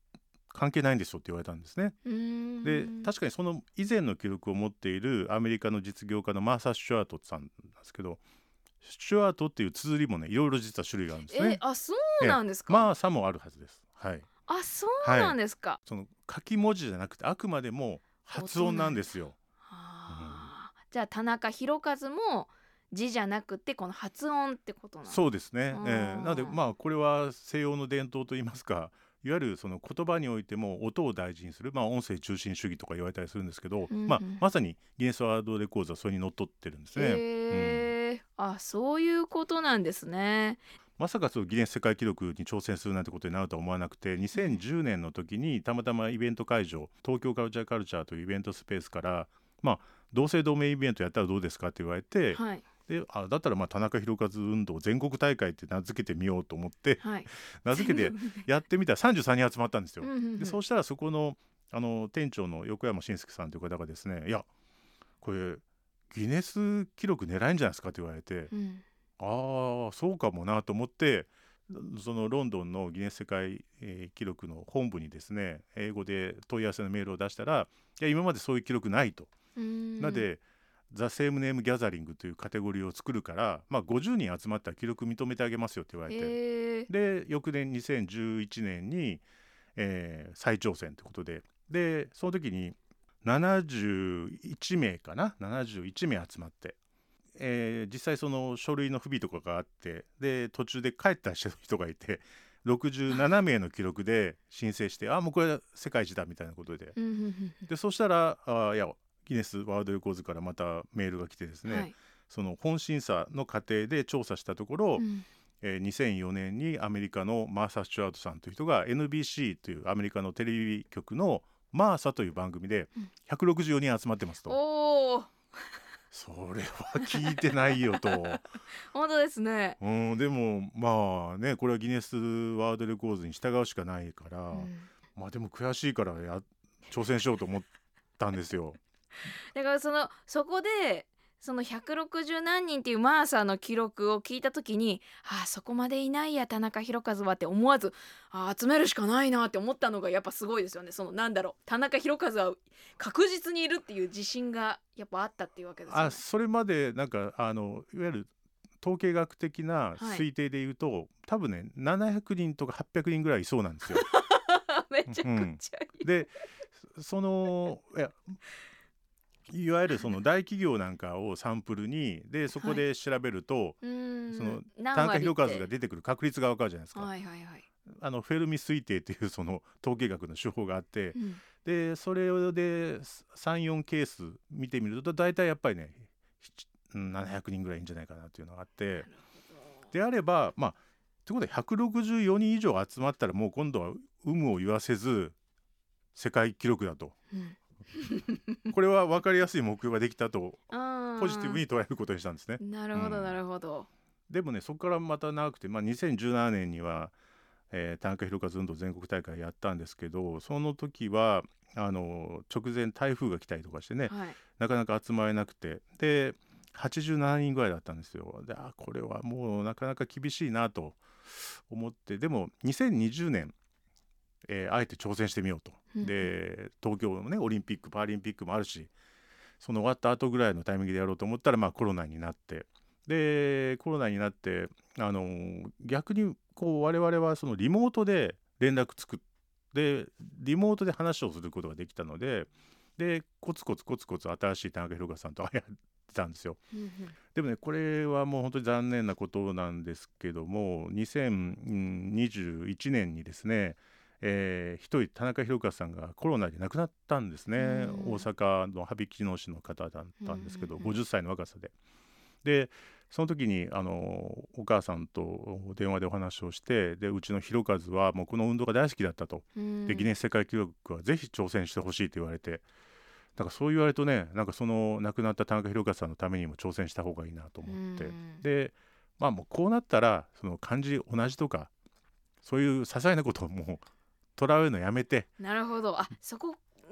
関係ないんですよって言われたんですね。 うーんで確かにその以前の記録を持っているアメリカの実業家のマーサ・シュワートさんなんですけど、シュワートっていう綴りもねいろいろ実は種類があるんですね。 えあそうなんですか。 マーサもあるはずです。はい。 あそうなんですか、 その書き文字じゃなくてあくまでも発音なんですよ。 はあ、じゃあ田中宏和も字じゃなくてこの発音ってことなんですか。 そうですね、 うんえーなのでまあこれは西洋の伝統といいますか、いわゆるその言葉においても音を大事にする、まあ、音声中心主義とか言われたりするんですけど、 うんうんまあ、まさにギネスワールドレコードはそれにのっとってるんですね。 へえ、あそういうことなんですね。 まさかそのギネス世界記録に挑戦するなんてことになるとは思わなくて、にせんじゅうねんの時にたまたまイベント会場、東京カルチャーカルチャーというイベントスペースから、まあ、同姓同名イベントやったらどうですかって言われて、 はい、 であだったらまあ田中宏和運動全国大会って名付けてみようと思ってはい、 名付けてやってみたらさんじゅうさんにん集まったんですよ。 うんうんうんでそうしたらそこの、あの店長の横山信介さんという方がですね、いやこれギネス記録狙えんじゃないですかって言われて、 うんああそうかもなと思って、そのロンドンのギネス世界、えー記録の本部にですね英語で問い合わせのメールを出したら、いや今までそういう記録ないと、 うーんなのでザ・セームネームギャザリングというカテゴリーを作るから、まあ、ごじゅうにん集まったら記録認めてあげますよって言われて、 へえで翌年にせんじゅういちねんに、えー再挑戦ということで、でその時にななじゅういちめいかなななじゅういちめい集まって、えー実際その書類の不備とかがあって、で途中で帰った人がいてろくじゅうななめいの記録で申請して、あもうこれは世界一だみたいなことで、 うんうんうんでそしたらあいやギネスワールドレコーズからまたメールが来てですね、 はいその本審査の過程で調査したところ、 うんえーにせんよねんにアメリカのマーサ・スチュワートさんという人が エヌビーシー というアメリカのテレビ局のマーサという番組でうんひゃくろくじゅうよにん集まってますと、 おおそれは聞いてないよと本当ですね、 うんでもまあねこれはギネスワールドレコーズに従うしかないから、 うんまあでも悔しいからや挑戦しようと思ったんですよ。 だからそのそこでそのひゃくろくじゅうなんにんっていうマーサーの記録を聞いた時に、ああそこまでいないや田中宏和はって思わず、あ集めるしかないなって思ったのがやっぱすごいですよね。そのなんだろう、田中宏和は確実にいるっていう自信がやっぱあったっていうわけですよね。 あそれまでなんかあのいわゆる統計学的な推定で言うと、多分ねななひゃくにんとかはっぴゃくにんぐらいいそうなんですよ。 めちゃくちゃいい、 でそのいやいわゆるその大企業なんかをサンプルにでそこで調べると、 うーんその何田中割って宏和が出てくる確率が分かるじゃないですか。 はいはいはい、 あのフェルミ推定というその統計学の手法があって、 うんでそれでさんよんケース見てみると大体やっぱりねうんななひゃくにんぐらいいいんじゃないかなというのがあって、であればまあということでひゃくろくじゅうよにん以上集まったらもう今度は有無を言わせず世界記録だと、 うんこれは分かりやすい目標ができたとあーポジティブに捉えることにしたんですね。 なるほどうんなるほど、 でもねそこからまた長くて、まあ、にせんじゅうななねんには、えー田中宏和運動全国大会やったんですけど、その時はあの直前台風が来たりとかしてね、 はい、 なかなか集まれなくて、ではちじゅうななにんぐらいだったんですよ。であこれはもうなかなか厳しいなと思って、でもにせんにじゅうねん、えーあえて挑戦してみようと。 うんで東京のねオリンピックパラリンピックもあるし、その終わった後ぐらいのタイミングでやろうと思ったら、まあ、コロナになって、でコロナになってあの逆にこう我々はそのリモートで連絡つくってリモートで話をすることができたので、でコツコツコツコツ新しい田中宏和さんと会ってたんですよ。 うんうんでもねこれはもう本当に残念なことなんですけども、にせんにじゅういちねんにですね、えー、一人田中宏和さんがコロナで亡くなったんですね。 うん大阪の羽曳野市の方だったんですけど、 うんうんうんごじゅっさいの若さで。でその時にあのお母さんと電話でお話をして、でうちの宏和はもうこの運動が大好きだったと、 うんでギネス世界記録はぜひ挑戦してほしいと言われて、だからそう言われるとね、なんかその亡くなった田中宏和さんのためにも挑戦した方がいいなと思って、 うんでまあもうこうなったらその漢字同じとかそういう些細なことをもうとらうのやめて、 なるほど、あそこ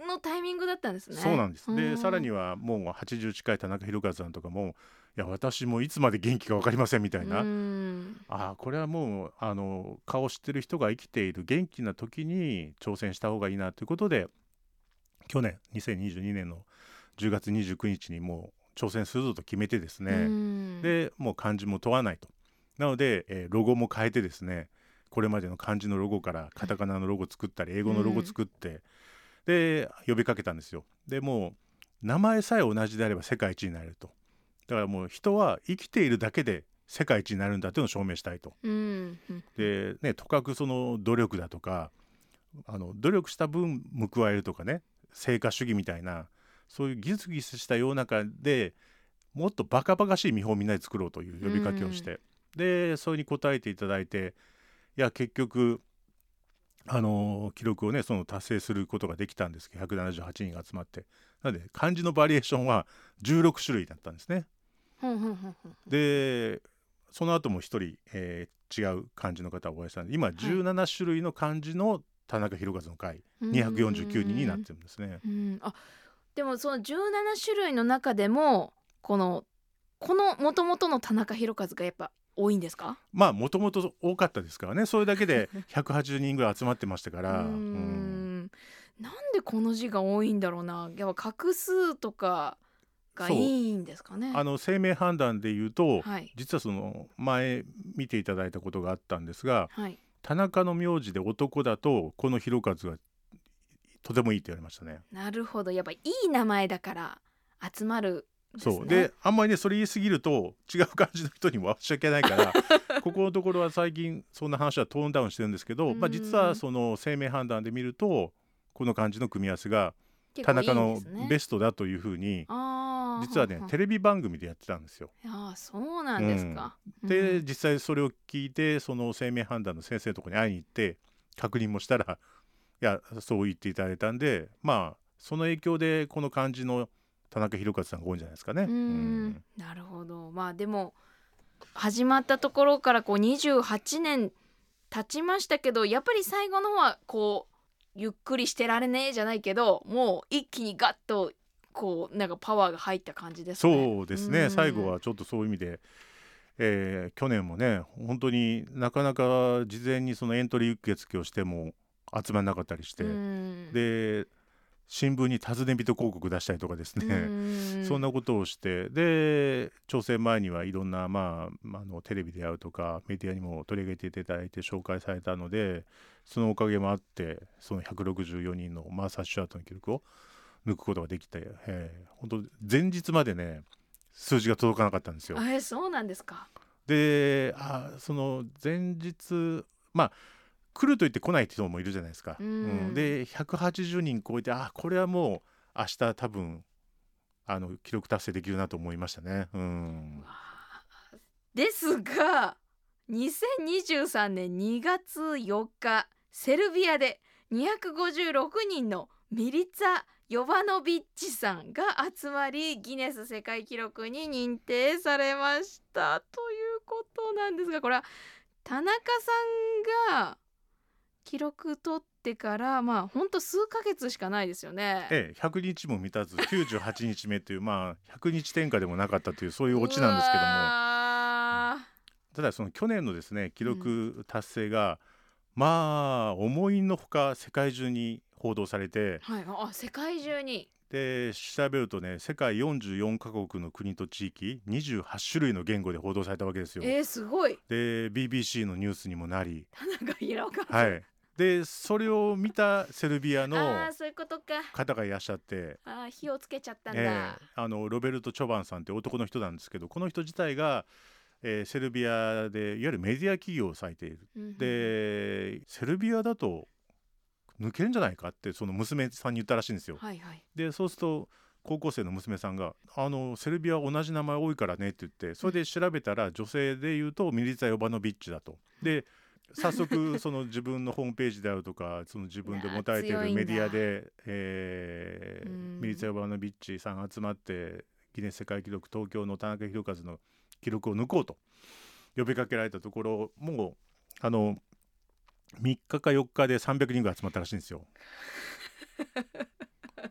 のタイミングだったんですね。 そうなんです。でうんさらにはもうはちじゅう近い田中宏和さんとかも、いや私もいつまで元気か分かりませんみたいな、 うんあこれはもうあの顔知ってる人が生きている元気な時に挑戦した方がいいなということで、去年にせんにじゅうにねんのじゅうがつにじゅうくにちにもう挑戦するぞと決めてですね、 うんでもう漢字も問わないと。なので、えーロゴも変えてですね、これまでの漢字のロゴからカタカナのロゴ作ったり英語のロゴ作って、で呼びかけたんですよ。でもう名前さえ同じであれば世界一になれると。だからもう人は生きているだけで世界一になるんだというのを証明したいと。 うんうんでね、とかくその努力だとか、あの努力した分報えるとかね、成果主義みたいなそういうギスギスした世の中でもっとバカバカしい見本をみんなで作ろうという呼びかけをして、でそれに応えていただいて、いや結局あの記録をねその達成することができたんですけど、ひゃくななじゅうはちにんが集まって、なので漢字のバリエーションはじゅうろくしゅるいだったんですね。 ほんほんほんほんでその後も一人、えー違う漢字の方をお会いしたんで、今じゅうななしゅるいの漢字の田中宏和の会、にひゃくよんじゅうきゅうにんになってるんですね。 うんあでもそのじゅうななしゅるいの中でもこのこの元々の田中宏和がやっぱ多いんですか？ まあもともと多かったですからね、それだけでひゃくはちじゅうにんぐらい集まってましたかうら、 ーうんんなんでこの字が多いんだろうな。やっぱ画数とかがいそういんですかね。 あの生命判断で言うと、 はい実はその前見ていただいたことがあったんですが、 はい田中の名字で男だとこの宏和がとてもいいって言われましたね。 なるほど、やっぱいい名前だから集まるんですね。 そうであんまりねそれ言い過ぎると違う感じの人にも申し訳ないからここのところは最近そんな話はトーンダウンしてるんですけど、まあ、実はその生命判断で見るとこの漢字の組み合わせが田中のベストだというふうに、 あ実はねテレビ番組でやってたんですよ。 あそうなんですか。 でうん実際それを聞いてその生命判断の先生のところに会いに行って確認もしたら、いやそう言っていただいたんで、まあその影響でこの漢字の田中宏和さんが多いんじゃないですかね。 うーんうんなるほど。まあでも始まったところからこうにじゅうはちねん経ちましたけど、やっぱり最後の方はこうゆっくりしてられねえじゃないけど、もう一気にガッとこうなんかパワーが入った感じですね。 そうですね、 うん最後はちょっとそういう意味で、えー去年もね本当になかなか事前にそのエントリー受付をしても集まらなかったりして、 うんで新聞に尋ね人広告出したりとかですね、 うんそんなことをして、で挑戦前にはいろんな、まあ、まああのテレビであるとかメディアにも取り上げていただいて紹介されたので、そのおかげもあってそのひゃくろくじゅうよにんのマーサ・シュワートの記録を抜くことができて、えー本当前日までね数字が届かなかったんですよ。 あえそうなんですか。 であその前日まあ来ると言って来ない人もいるじゃないですか。 うんうんでひゃくはちじゅうにん超えて、あこれはもう明日多分あの記録達成できるなと思いましたね。うんですがにせんにじゅうさんねんにがつよっかセルビアでにひゃくごじゅうろくにんのミリツァ・ヨバノビッチさんが集まりギネス世界記録に認定されましたということなんですが、これは田中さんが記録取ってからまあほんと数ヶ月しかないですよね。 ええ、ひゃくにちも満たずきゅうじゅうはちにちめというまあひゃくにち天下でもなかったというそういうオチなんですけども、 もただその去年のですね記録達成が、まあ思いのほか世界中に報道されて、 はい、あ世界中にで調べるとね世界よんじゅうよんカ国の国と地域にじゅうはちしゅるいの言語で報道されたわけですよ。 えー、すごいで ビービーシー のニュースにもなり、 田中宏和はい、でそれを見たセルビアのあーそういうことか。 方がいらっしゃって、 あー火をつけちゃったんだ、 ええあのロベルト・チョバンさんって男の人なんですけど、この人自体が、えーセルビアでいわゆるメディア企業を割いている。 うんうんでセルビアだと抜けるんじゃないかってその娘さんに言ったらしいんですよ。 はいはいでそうすると高校生の娘さんがあのセルビア同じ名前多いからねって言って、それで調べたら女性で言うとミリツァ・ヨバノビッチだと。で早速その自分のホームページであるとかその自分で持たれていいやー強いんだるメディアで、えーうんミリツァ・ヨバノビッチさん集まってギネス世界記録東京の田中宏和の記録を抜こうと呼びかけられたところ、もうあのみっかかよっかでさんびゃくにんぐらい集まったらしいんですよ。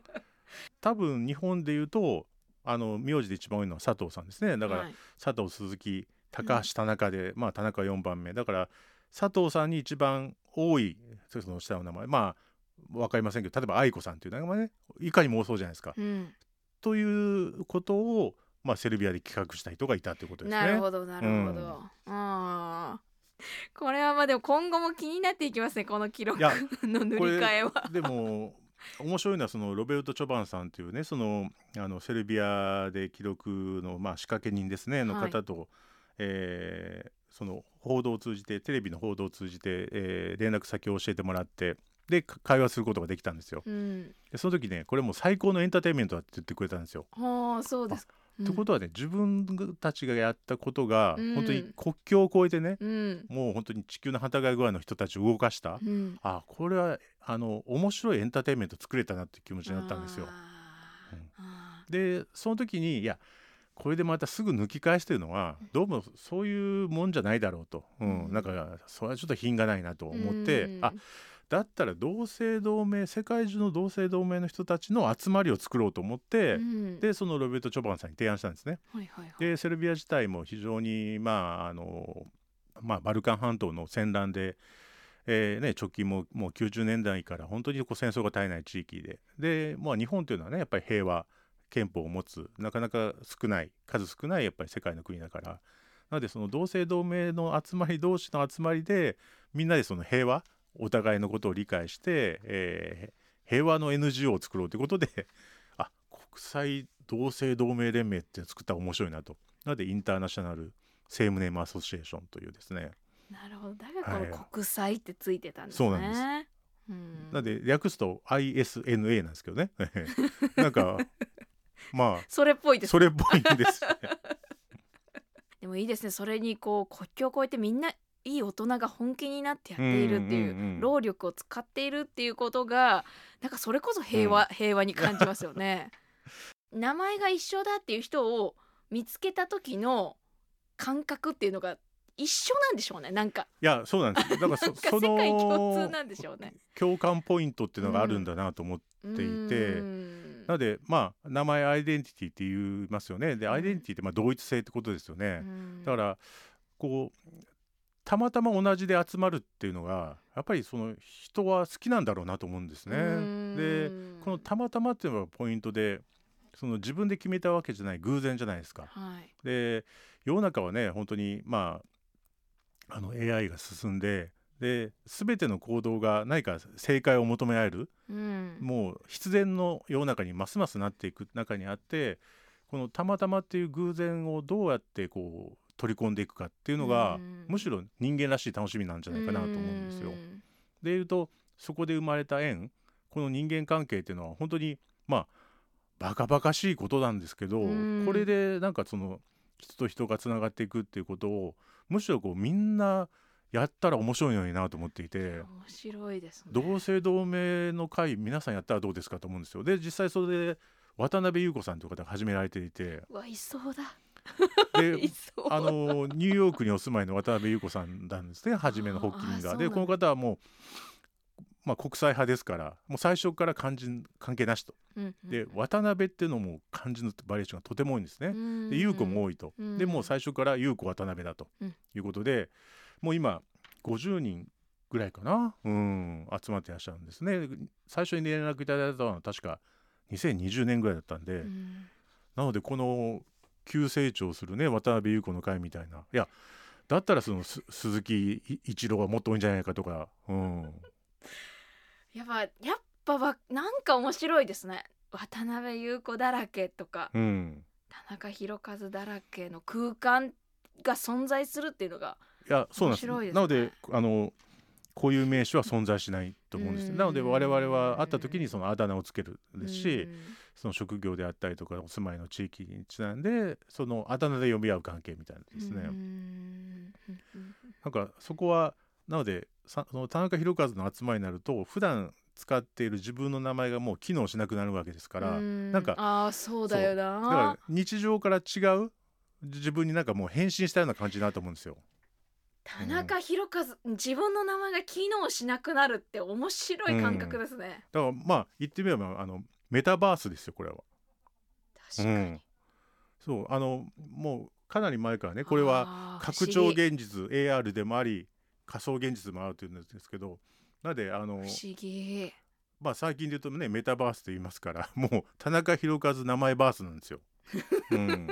多分日本でいうとあの名字で一番多いのは佐藤さんですね。だから、 はい、 佐藤、鈴木、高橋、田中で、まあ田中よんばんめだから佐藤さんに一番多いその下の名前、まあ分かりませんけど、例えば愛子さんという名前ね、いかにも多そうじゃないですか、 うん、 ということを、まあ、セルビアで企画した人がいたということですね。 なるほどなるほど、うん、あこれはまあでも今後も気になっていきますね、この記録いやの塗り替えは。 でも面白いのはそのロベルト・チョバンさんというね、そのあのセルビアで記録の、まあ、仕掛け人ですねの方と、はい、えーその報道を通じてテレビの報道を通じて、えー連絡先を教えてもらってで会話することができたんですよ、 うん、 でその時ね、これもう最高のエンターテインメントだって言ってくれたんですよ。 はあ、そうですか。 ってことはね、自分たちがやったことが、 うん、 本当に国境を越えてね、 うん、 もう本当に地球の反対側の人たちを動かした、 うん、 あこれはあの面白いエンターテインメント作れたなっていう気持ちになったんですよ。うん、でその時にいやこれでまたすぐ抜き返すというのはどうもそういうもんじゃないだろうと、うんうん、なんかそれはちょっと品がないなと思って、うん、あだったら同姓同名世界中の同姓同名の人たちの集まりを作ろうと思って、うん、でそのロベルト・チョバンさんに提案したんですね、はいはいはい、でセルビア自体も非常に、まああのまあ、バルカン半島の戦乱で、えーね、直近ももうきゅうじゅうねんだいから本当にこう戦争が絶えない地域でで、まあ、日本というのはねやっぱり平和憲法を持つなかなか少ない数少ないやっぱり世界の国だから、なのでその同姓同名の集まり同士の集まりでみんなでその平和お互いのことを理解して、えー、平和の エヌジーオー を作ろうということであ国際同姓同名連盟って作ったら面白いなと。なのでインターナショナルセームネームアソシエーションというですね。 なるほど、だからこの国際ってついてたんですね、 ね、 はい、そうなんです。うん、なので略すと アイエスエヌエー なんですけどねなんかまあそれっぽいです、 それっぽいんですねでもいいですね、それにこう国境を越えてみんないい大人が本気になってやっているっていう、うんうんうん、労力を使っているっていうことがなんかそれこそ平和、うん、平和に感じますよね名前が一緒だっていう人を見つけた時の感覚っていうのが一緒なんでしょうね。なんかいやそうなんです。だからそその世界共通なんでしょうね。 共感ポイントっていうのがあるんだなと思っていて、うん、なのでまあ名前アイデンティティって言いますよね。でアイデンティティってまあ同一性ってことですよね、うん、だからこうたまたま同じで集まるっていうのがやっぱりその人は好きなんだろうなと思うんですね。でこのたまたまっていうのがポイントで、その自分で決めたわけじゃない偶然じゃないですか、はい、で世の中はね本当にまああの エーアイ が進んでで全ての行動が何か正解を求められる、うん、もう必然の世の中にますますなっていく中にあって、このたまたまっていう偶然をどうやってこう取り込んでいくかっていうのが、うん、むしろ人間らしい楽しみなんじゃないかなと思うんですよ。でいうとそこで生まれた縁、この人間関係っていうのは本当にまあバカバカしいことなんですけど、これでなんかその人と人がつながっていくっていうことをむしろこうみんなやったら面白いのになと思っていて、 面白いですね。 同姓同名の会皆さんやったらどうですかと思うんですよ。で実際それで渡辺裕子さんという方が始められていて、 うわいそうだであのニューヨークにお住まいの渡辺裕子さんなんですね、初めの発起人が。でこの方はもうまあ、国際派ですからもう最初から漢字関係なしと、うんうん、で渡辺っていうのも漢字のバリエーションがとても多いんですね。で優子も多いと、でもう最初から優子渡辺だということで、もう今ごじゅうにんぐらいかな、うん、集まっていらっしゃるんですね。最初に連絡いただいたのは確かにせんにじゅうねんぐらいだったんで、うん、なのでこの急成長するね渡辺裕子の会みたいな、いやだったらその鈴木一郎はもっと多いんじゃないかとか、うんやっぱやっぱはなんか面白いですね。渡辺裕子だらけとか、うん、田中宏和だらけの空間が存在するっていうのが面白いですね。 いやそうなんです。なのであのこういう名詞は存在しないと思うんです。なので我々は会った時にそのあだ名をつけるですし、その職業であったりとかお住まいの地域にちなんでそのあだ名で呼び合う関係みたいなですね。うんなんかそこはなのでその田中宏和の集まりになると普段使っている自分の名前がもう機能しなくなるわけですから、んなんかあそうだよな、 だから日常から違う自分になんかもう変身したような感じになると思うんですよ。 田中宏和、うん、自分の名前が機能しなくなるって面白い感覚ですね、 うん、だからまあ言ってみればあのメタバースですよこれは。 確かに、うん、 そうあのもうかなり前からねこれは拡張現実 エーアール でもあり仮想現実もあるというんですけど、なのであの不思議、 まあ最近で言うとねメタバースと言いますからもう田中宏和名前バースなんですよ。うん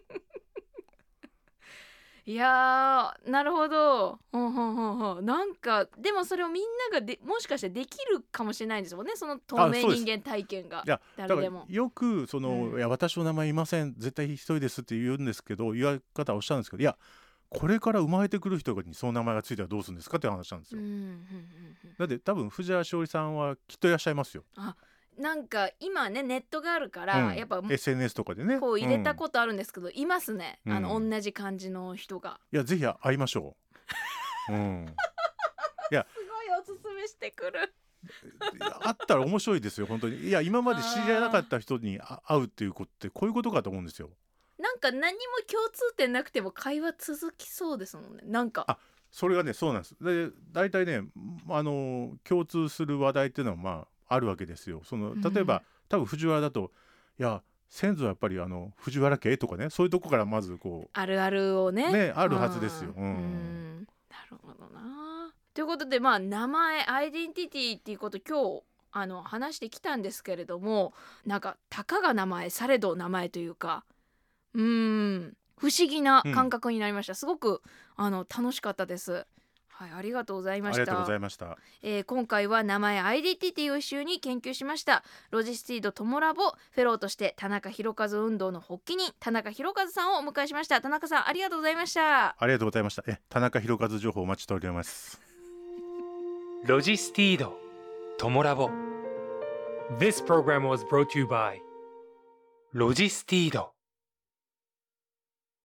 いやーなるほど、ほんほんほんほん、なんかでもそれをみんながでもしかしてできるかもしれないんですもんね、その透明人間体験が。 いや誰でもだからよくその、うん、いや私の名前いません絶対一人ですって言うんですけど、言われ方はおっしゃるんですけど、いやこれから生まれてくる人にその名前がついたらどうするんですかって話なんですよ。うんうんうんうん、だって多分藤原しおりさんはきっといらっしゃいますよ。 あなんか今ねネットがあるから、うん、やっぱエスエヌエス とかでねこう入れたことあるんですけど、うん、いますね、あの、うん、同じ感じの人が。 いやぜひ会いましょう、うん、 いやすごいおすすめしてくる会ったら面白いですよ本当に。いや今まで知り合いなかった人に会うっていうことってこういうことかと思うんですよ。 なんか何も共通点なくても会話続きそうですもんね。なんかあそれがねそうなんです。で大体ねあの共通する話題っていうのはまああるわけですよ。その例えば、うん、多分藤原だといや先祖はやっぱりあの藤原家とかねそういうとこからまずこうあるあるを ね, ねあるはずですよ。うん、 うんなるほどな。ということでまあ名前アイデンティティっていうこと今日あの話してきたんですけれども、なんかたかが名前されど名前というかうーん不思議な感覚になりました、うん、すごくあの楽しかったです。はい、ありがとうございました。 ありがとうございました。 えー、今回は名前アイデンティティを一周に研究しましたロジスティードトモラボフェローとして田中宏和運動の発起人田中宏和さんをお迎えしました。田中さんありがとうございました。 ありがとうございました。え田中宏和情報お待ちしております。 ロジスティードトモラボ This program was brought to you by ロジスティード